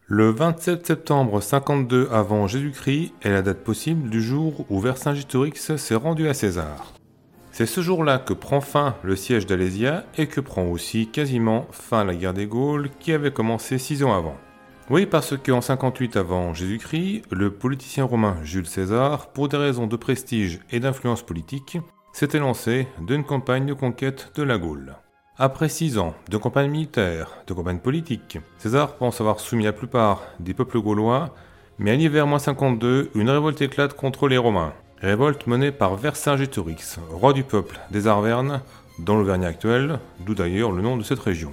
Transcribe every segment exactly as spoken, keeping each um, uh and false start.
Le vingt-sept septembre cinquante-deux avant Jésus-Christ est la date possible du jour où Vercingétorix s'est rendu à César. C'est ce jour-là que prend fin le siège d'Alésia et que prend aussi quasiment fin la guerre des Gaules qui avait commencé six ans avant. Oui, parce qu'en cinquante-huit avant Jésus-Christ, le politicien romain Jules César, pour des raisons de prestige et d'influence politique, s'était lancé d'une campagne de conquête de la Gaule. Après six ans de campagne militaire, de campagne politique, César pense avoir soumis la plupart des peuples gaulois, mais à l'hiver moins cinquante-deux, une révolte éclate contre les Romains. Révolte menée par Vercingétorix, roi du peuple des Arvernes, dans l'Auvergne actuelle, d'où d'ailleurs le nom de cette région.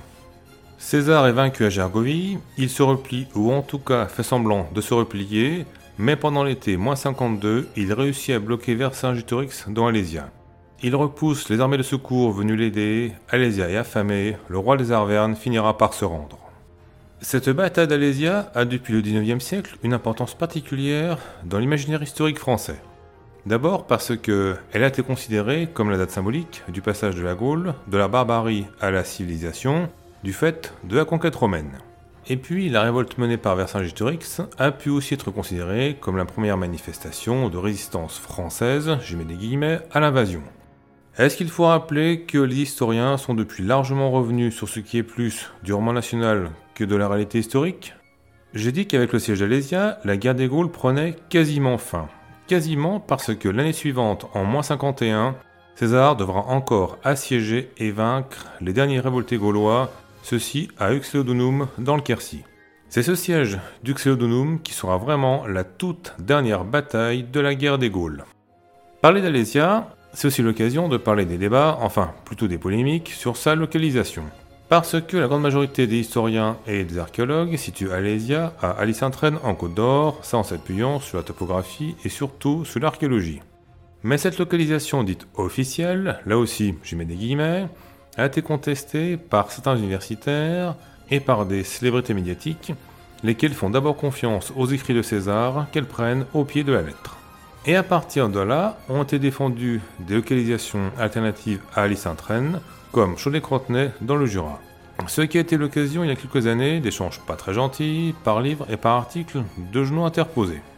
César est vaincu à Gergovie, il se replie, ou en tout cas fait semblant de se replier, mais pendant l'été moins cinquante-deux, il réussit à bloquer Vercingétorix dans Alésia. Il repousse les armées de secours venues l'aider, Alésia est affamé, le roi des Arvernes finira par se rendre. Cette bataille d'Alésia a depuis le dix-neuvième siècle une importance particulière dans l'imaginaire historique français. D'abord parce qu'elle a été considérée comme la date symbolique du passage de la Gaule, de la barbarie à la civilisation, du fait de la conquête romaine. Et puis la révolte menée par Vercingétorix a pu aussi être considérée comme la première manifestation de résistance française, je mets des guillemets, à l'invasion. Est-ce qu'il faut rappeler que les historiens sont depuis largement revenus sur ce qui est plus du roman national que de la réalité historique ? J'ai dit qu'avec le siège d'Alésia, la guerre des Gaules prenait quasiment fin. Quasiment parce que l'année suivante, en moins cinquante et un, César devra encore assiéger et vaincre les derniers révoltés gaulois, ceux-ci à Uxellodunum dans le Quercy. C'est ce siège d'Uxellodunum qui sera vraiment la toute dernière bataille de la guerre des Gaules. Parler d'Alésia, c'est aussi l'occasion de parler des débats, enfin plutôt des polémiques, sur sa localisation. Parce que la grande majorité des historiens et des archéologues situent Alésia à Alys-Sainte-Reine en Côte d'Or, ça en s'appuyant sur la topographie et surtout sur l'archéologie. Mais cette localisation dite officielle, là aussi j'y mets des guillemets, a été contestée par certains universitaires et par des célébrités médiatiques, lesquelles font d'abord confiance aux écrits de César qu'elles prennent au pied de la lettre. Et à partir de là, ont été défendues des localisations alternatives à Alys-Sainte-Reine, comme Chaudet-Crotenay dans le Jura. Ce qui a été l'occasion il y a quelques années d'échanges pas très gentils, par livre et par article, de genoux interposés.